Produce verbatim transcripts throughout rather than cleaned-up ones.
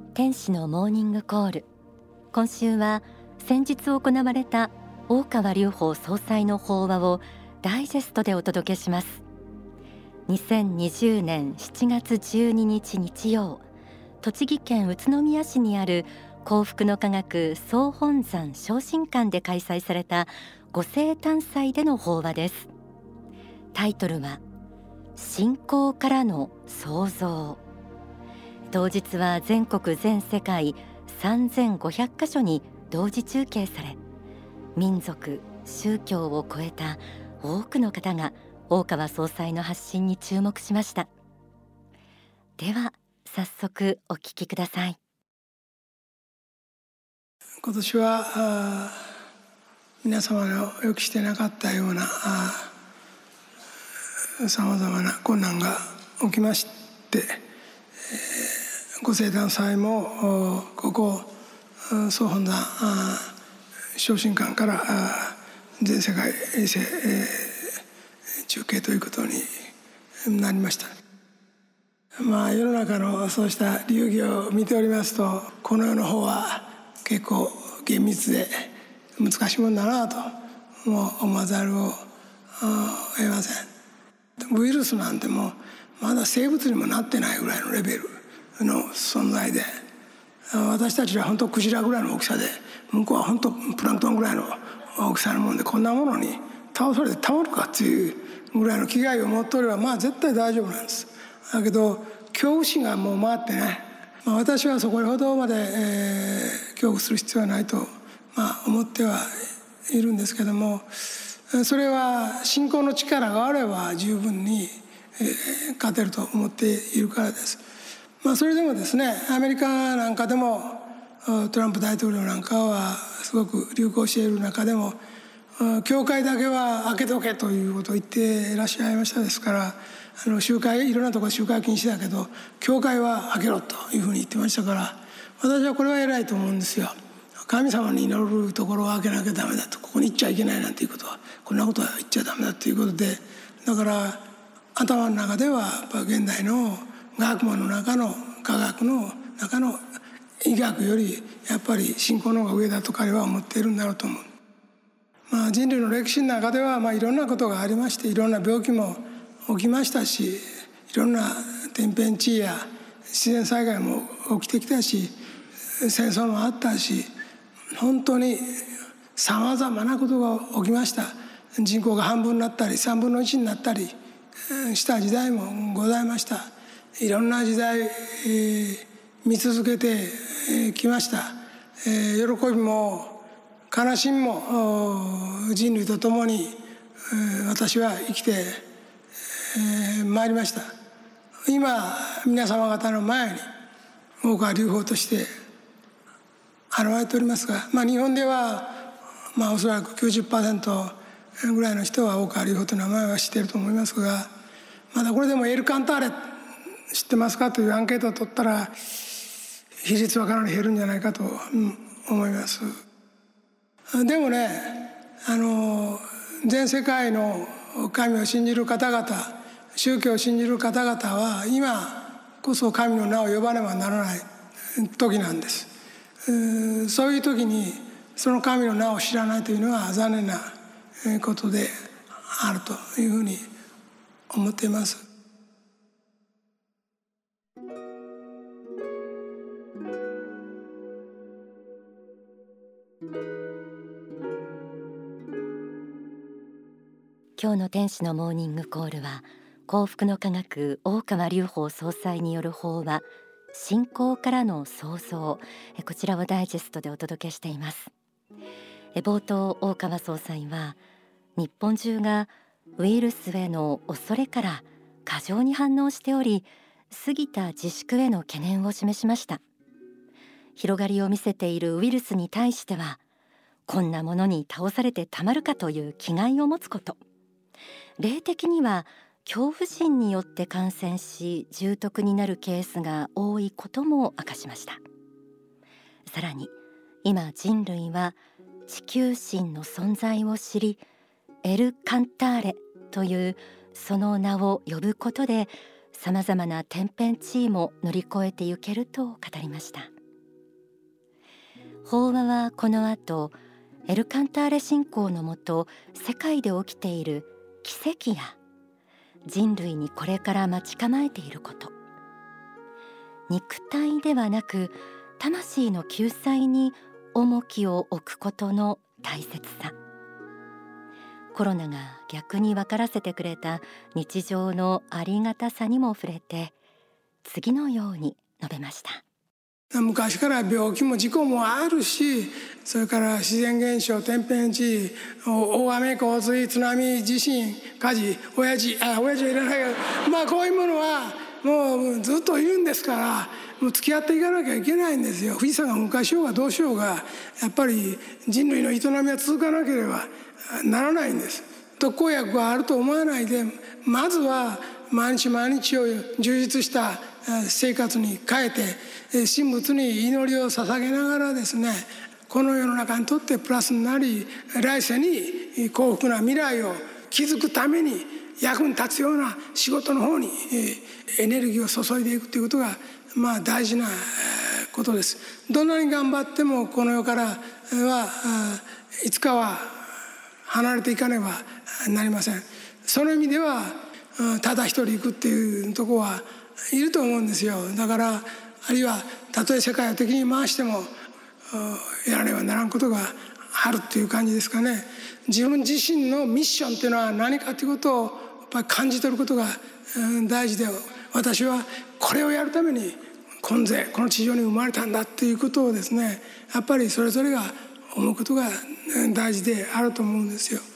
天使のモーニングコール。今週は先日行われた大川隆法総裁の法話をダイジェストでお届けします。にせんにじゅうねんしちがつじゅうににち日曜、栃木県宇都宮市にある幸福の科学総本山昇進館で開催されたご生誕祭での法話です。タイトルは信仰からの創造。当日は全国全世界さんぜんごひゃくかしょに同時中継され、民族宗教を超えた多くの方が大川総裁の発信に注目しました。では早速お聞きください。 今年は皆様の予期してなかったようなさまざまな困難が起きまして、ご生誕祭もここ総本山昇進館から全世界衛星中継ということになりました。まあ世の中のそうした流儀を見ておりますと、この世の方は結構厳密で難しいもんだなと思わざるを得ません。ウイルスなんてもうまだ生物にもなってないぐらいのレベルの存在で、私たちは本当クジラぐらいの大きさで、向こうは本当プランクトンぐらいの大きさのもんで、こんなものに倒されてたまるかっていうぐらいの危害を持っておれば、まあ絶対大丈夫なんです。だけど恐怖心がもう回ってね、まあ、私はそこほどまで、えー、恐怖する必要はないと、まあ、思ってはいるんですけども、それは信仰の力があれば十分に、えー、勝てると思っているからです。まあ、それでもですね、アメリカなんかでもトランプ大統領なんかはすごく流行している中でも、教会だけは開けとけということを言っていらっしゃいましたですから、あの集会いろんなところ集会禁止だけど教会は開けろというふうに言ってましたから、私はこれは偉いと思うんですよ。神様に祈るところは開けなきゃダメだと、ここに行っちゃいけないなんていうことは、こんなことは言っちゃダメだということで、だから頭の中ではやっぱ現代の学問の中の科学の中の医学よりやっぱり信仰の方が上だと彼は思っているんだろうと思う。まあ、人類の歴史の中ではまあいろんなことがありまして、いろんな病気も起きましたし、いろんな天変地異や自然災害も起きてきたし、戦争もあったし、本当にさまざまなことが起きました。人口が半分になったりさんぶんのいちになったりした時代もございました。いろんな時代、えー、見続けてきました。えー、喜びも悲しみも人類と共に、えー、私は生きて、えー、参りました。今皆様方の前に大川隆法として現れておりますが、まあ、日本では、まあ、おそらく きゅうじゅっパーセント ぐらいの人は大川隆法という名前は知っていると思いますが、まだこれでもエル・カンターレ知ってますかというアンケートを取ったら比率はかなり減るんじゃないかと思います。でもね、あの全世界の神を信じる方々、宗教を信じる方々は今こそ神の名を呼ばねばならない時なんです。そういう時にその神の名を知らないというのは残念なことであるというふうに思っています。 今日の天使のモーニングコールは、幸福の科学大川隆法総裁による法話、信仰からの創造、こちらをダイジェストでお届けしています。冒頭、大川総裁は日本中がウイルスへの恐れから過剰に反応しており、過ぎた自粛への懸念を示しました。広がりを見せているウイルスに対しては、こんなものに倒されてたまるかという気概を持つこと、霊的には恐怖心によって感染し重篤になるケースが多いことも明かしました。さらに今人類は地球神の存在を知り、エル・カンターレというその名を呼ぶことでさまざまな天変地異も乗り越えてゆけると語りました。 法話はこの後、エルカンターレ信仰のもと世界で起きている奇跡や人類にこれから待ち構えていること、肉体ではなく魂の救済に重きを置くことの大切さ、コロナが逆に分からせてくれた日常のありがたさにも触れて、次のように述べました。 昔から病気も事故もあるし、それから自然現象、天変地異、大雨、洪水、津波、地震、火事、親父あ親父はいらないけど、まあこういうものはもうずっといるんですから、もう付き合っていかなきゃいけないんですよ。富士山が噴火しようがどうしようが、やっぱり人類の営みは続かなければならないんです。特効薬があると思わないで、まずは毎日毎日を充実した生活に変えて、神仏に祈りを捧げながらですね、この世の中にとってプラスになり、来世に幸福な未来を築くために役に立つような仕事の方にエネルギーを注いでいくということがまあ大事なことです。どんなに頑張ってもこの世からはいつかは離れていかねばなりません。その意味ではただ一人行くっていうところはいると思うんですよ。だからあるいはたとえ世界を敵に回してもやらねばならんことがあるっていう感じですかね。自分自身のミッションっていうのは何かということをやっぱり感じ取ることが大事で、私はこれをやるために今世この地上に生まれたんだっていうことをですね、やっぱりそれぞれが思うことが大事であると思うんですよ。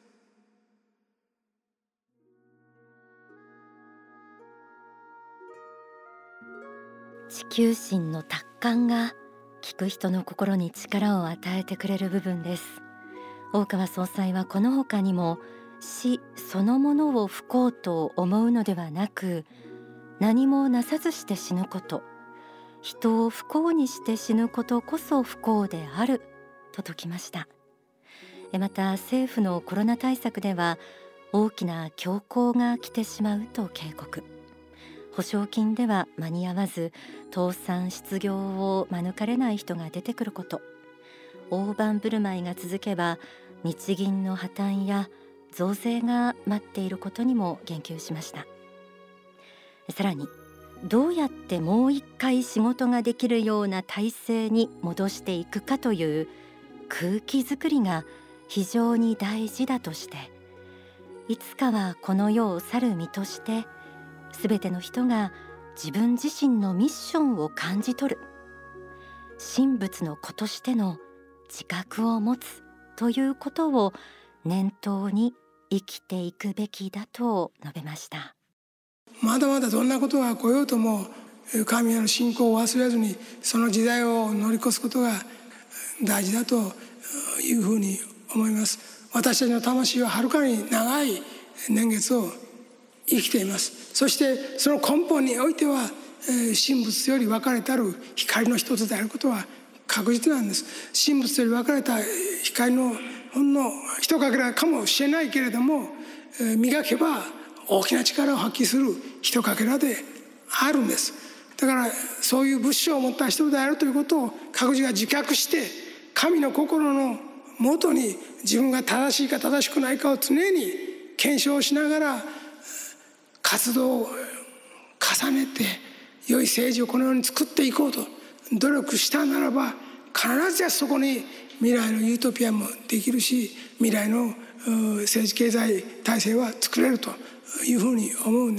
地球心の達観が聞く人の心に力を与えてくれる部分です。大川総裁はこの他にも、死そのものを不幸と思うのではなく、何もなさずして死ぬこと、人を不幸にして死ぬことこそ不幸であると説きました。また政府のコロナ対策では大きな恐慌が来てしまうと警告。保証金では間に合わず倒産失業を免れない人が出てくること、大盤振る舞いが続けば日銀の破綻や増税が待っていることにも言及しました。さらに、どうやってもう一回仕事ができるような体制に戻していくかという空気づくりが非常に大事だとして、いつかはこの世を去る身としてすべての人が自分自身のミッションを感じ取る、神仏の子としての自覚を持つということを念頭に生きていくべきだと述べました。 まだまだどんなことが来ようとも神への信仰を忘れずにその時代を乗り越すことが大事だというふうに思います。私たちの魂ははるかに長い年月を生きています。そしてその根本においては神仏より分かれたる光の一つであることは確実なんです。神仏より分かれた光のほんの一かけらかもしれないけれども、磨けば大きな力を発揮する一かけらであるんです。だからそういう仏性を持った人であるということを各自が自覚して、神の心のもとに自分が正しいか正しくないかを常に検証しながら活動を重ねて良い政治をこの世に作っていこうと努力したならば、必ずそこに未来のユートピアもできるし、未来の政治経済体制は作れるというふうに思うんです。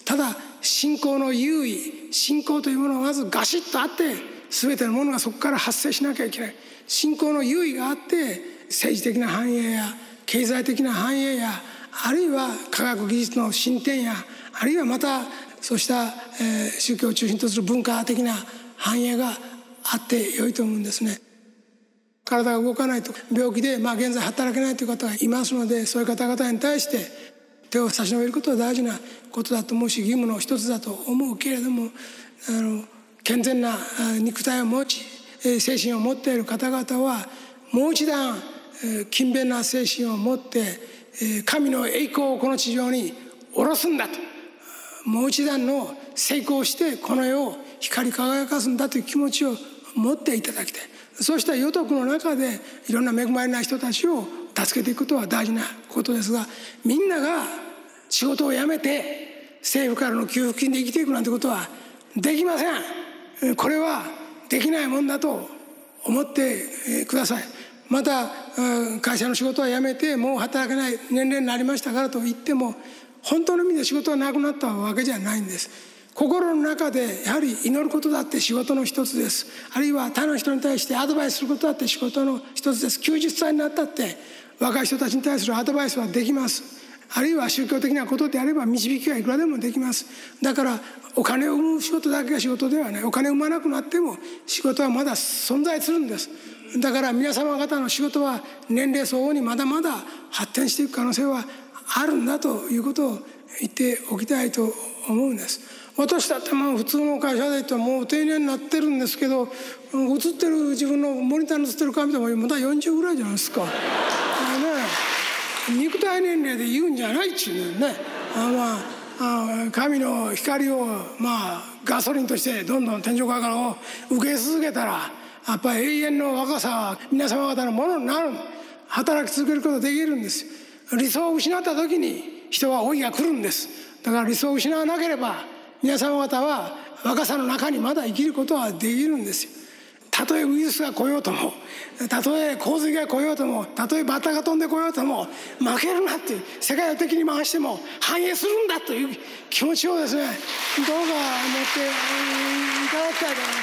ただ信仰の優位、信仰というものはまずガシッとあって、全てのものがそこから発生しなきゃいけない。信仰の優位があって政治的な繁栄や経済的な繁栄や、あるいは科学技術の進展や、あるいはまたそうした、えー、宗教を中心とする文化的な繁栄があって良いと思うんですね。体が動かないと病気で、まあ、現在働けないという方がいますので、そういう方々に対して手を差し伸べることは大事なことだと思うし、義務の一つだと思うけれども、あの健全な肉体を持ち精神を持っている方々はもう一段勤勉な精神を持って神の栄光をこの地上に下ろすんだと、もう一段の成功してこの世を光り輝かすんだという気持ちを持っていただきたい。 そうした余徳の中でいろんな恵まれない人たちを助けていくことは大事なことですが、みんなが仕事を辞めて政府からの給付金で生きていくなんてことはできません。これはできないもんだと思ってください。また会社の仕事は辞めてもう働けない年齢になりましたからといっても、本当の意味で仕事がなくなったわけじゃないんです。心の中でやはり祈ることだって仕事の一つです。あるいは他の人に対してアドバイスすることだって仕事の一つです。きゅうじゅっさいになったって若い人たちに対するアドバイスはできます。あるいは宗教的なことであれば導きはいくらでもできます。だからお金を生む仕事だけが仕事ではない。お金を生まなくなっても仕事はまだ存在するんです。だから皆様方の仕事は年齢相応にまだまだ発展していく可能性はあるんだということを言っておきたいと思うんです。私だってまあ普通の会社で言ってもう定年になってるんですけど、映ってる自分のモニターに映ってる髪とかまだよんじゅうぐらいじゃないですか。ね、肉体年齢で言うんじゃないっちゅうね。あ、まあ、あ神の光をまあガソリンとしてどんどん天井側からを受け続けたら、やっぱり永遠の若さは皆様方のものになる。働き続けることができるんです。理想を失った時に人は老いが来るんです。だから理想を失わなければ皆様方は若さの中にまだ生きることはできるんですよ。たとえウイルスが来ようとも、たとえ洪水が来ようとも、たとえバッタが飛んでこようとも負けるなっていう、世界を敵に回しても繁栄するんだという気持ちをですね、どうか持っていただきたいと思います。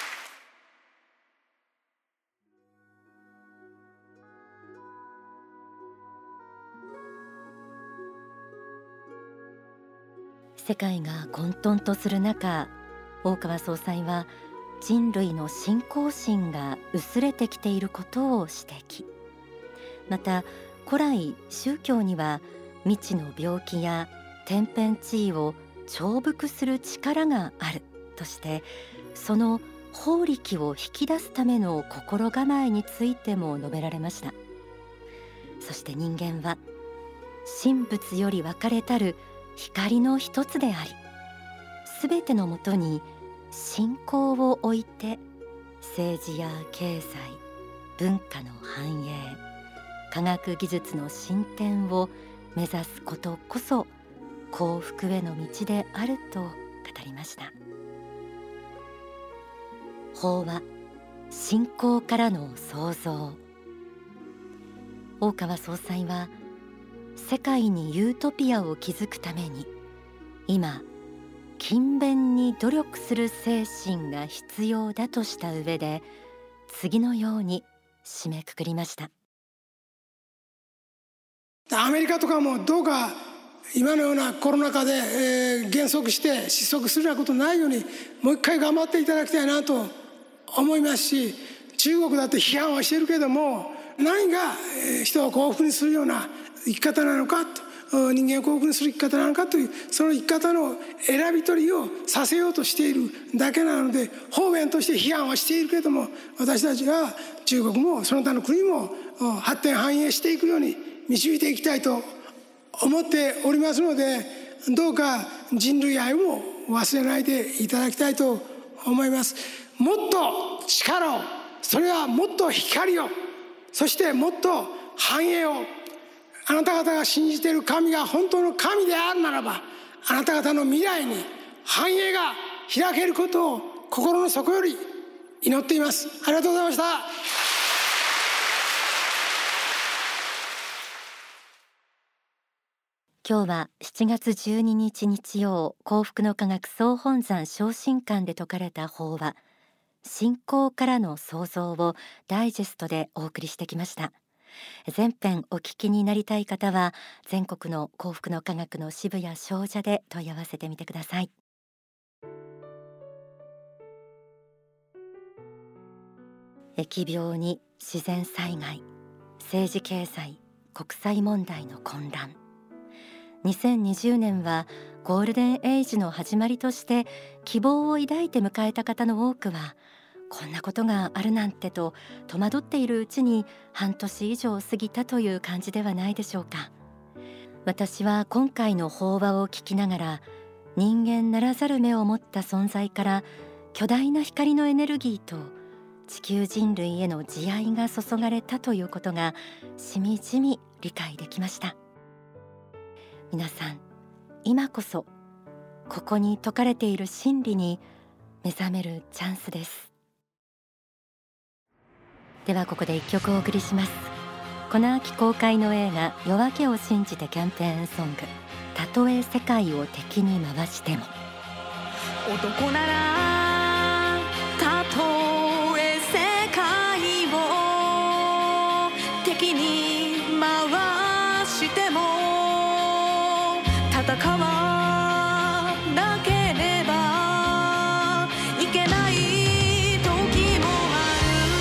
世界が混沌とする中、大川総裁は人類の信仰心が薄れてきていることを指摘。また古来宗教には未知の病気や天変地異を重複する力があるとして、その法力を引き出すための心構えについても述べられました。そして人間は神仏より分かれたる光の一つであり、すべてのもとに信仰を置いて政治や経済、文化の繁栄、科学技術の進展を目指すことこそ幸福への道であると語りました。法は信仰からの創造。大川総裁は世界にユートピアを築くために今勤勉に努力する精神が必要だとした上で、次のように締めくくりました。 アメリカとかもどうか今のようなコロナ禍で、えー、減速して失速するようなことないようにもう一回頑張っていただきたいなと思いますし、中国だって批判はしているけれども、何が人を幸福にするような生き方なのかと、人間を幸福にする生き方なのかという、その生き方の選び取りをさせようとしているだけなので、方面として批判はしているけれども、私たちは中国もその他の国も発展繁栄していくように導いていきたいと思っておりますので、どうか人類愛を忘れないでいただきたいと思います。もっと力を、それはもっと光を、そしてもっと繁栄を。あなた方が信じている神が本当の神であるならば、あなた方の未来に繁栄が開けることを心の底より祈っています。ありがとうございました。 今日はしちがつじゅうににち日曜、幸福の科学総本山昇進館で説かれた法話、信仰からの創造をダイジェストでお送りしてきました。全編お聞きになりたい方は全国の幸福の科学の支部や商社で問い合わせてみてください。疫病に自然災害、政治経済国際問題の混乱。にせんにじゅうねんはゴールデンエイジの始まりとして希望を抱いて迎えた方の多くは、こんなことがあるなんてと戸惑っているうちに半年以上過ぎたという感じではないでしょうか。私は今回の法話を聞きながら、人間ならざる目を持った存在から巨大な光のエネルギーと地球人類への慈愛が注がれたということがしみじみ理解できました。皆さん、今こそここに説かれている真理に目覚めるチャンスです。ではここで一曲お送りします。この秋公開の映画夜明けを信じてキャンペーンソング、たとえ世界を敵に回しても。 男ならたとえ世界を敵に回しても戦わなければいけない時もあ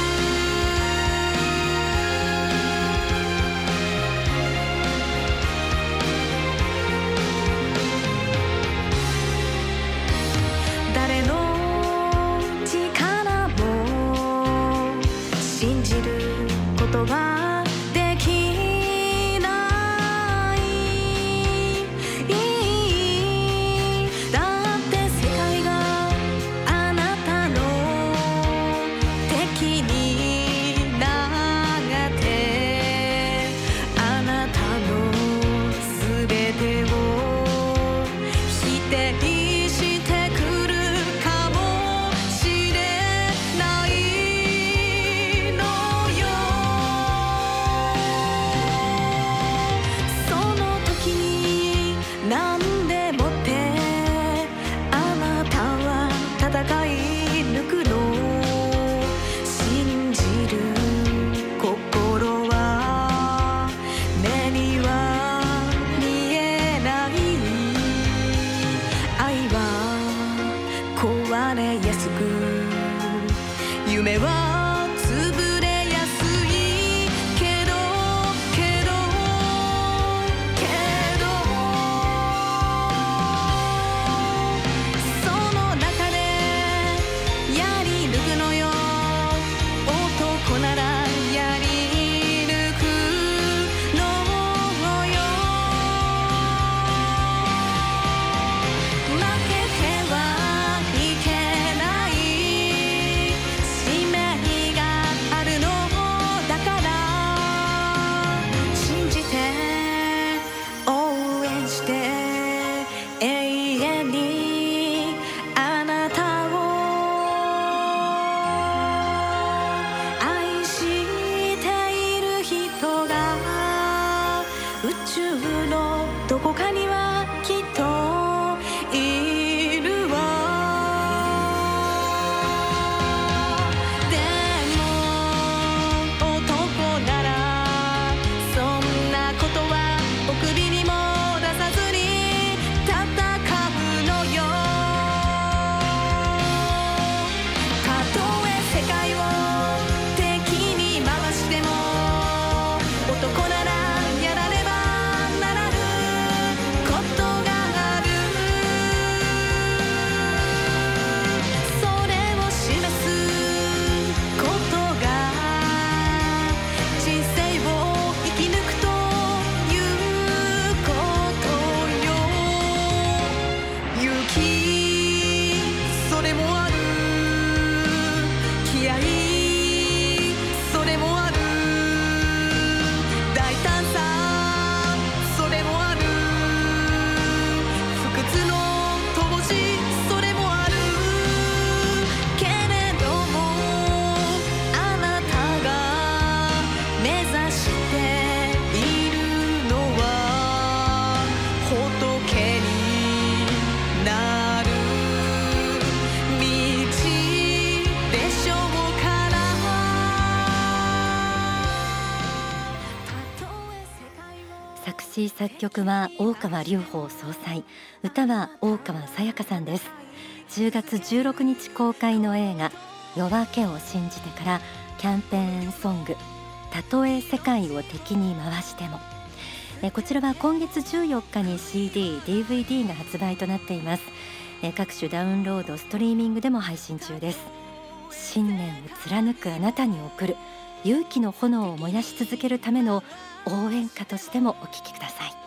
る。誰の力も信じることができないだって世界があなたの敵になってあなたのすべてを否定してくるかもしれないのよ。その時に何でもってあなたは戦い抜くの。信じる心は目には見えない。愛は壊れやすく夢は潰れやすいけどけどけどその中でやり抜くのよ。男ならやり抜くのよ。負けてはいけない使命があるのだから信じて応援して永遠にあなたを愛している人が宇宙のどこかにはきっといるわ。でも男ならそんなことはお首にも出さずに戦うのよ。たとえ世界を敵に回しても男ならやらねばならぬことがある。それを示すことが人生を生き抜くということよ。勇気それもある。気合それもある。大胆さそれもある。不屈の闘志それもある。けれどもあなたが目指しているのは仏になる道でしょうから。たとえ世界を作詞作曲は大川隆法総裁、歌は大川さやかさんです。じゅうがつじゅうろくにち公開の映画夜明けを信じてからキャンペーンソング、たとえ世界を敵に回しても。えこちらは今月じゅうよっかに シーディー、ディーブイディー が発売となっています。え各種ダウンロード、ストリーミングでも配信中です。信念を貫くあなたに送る勇気の炎を燃やし続けるための応援歌としてもお聴きください。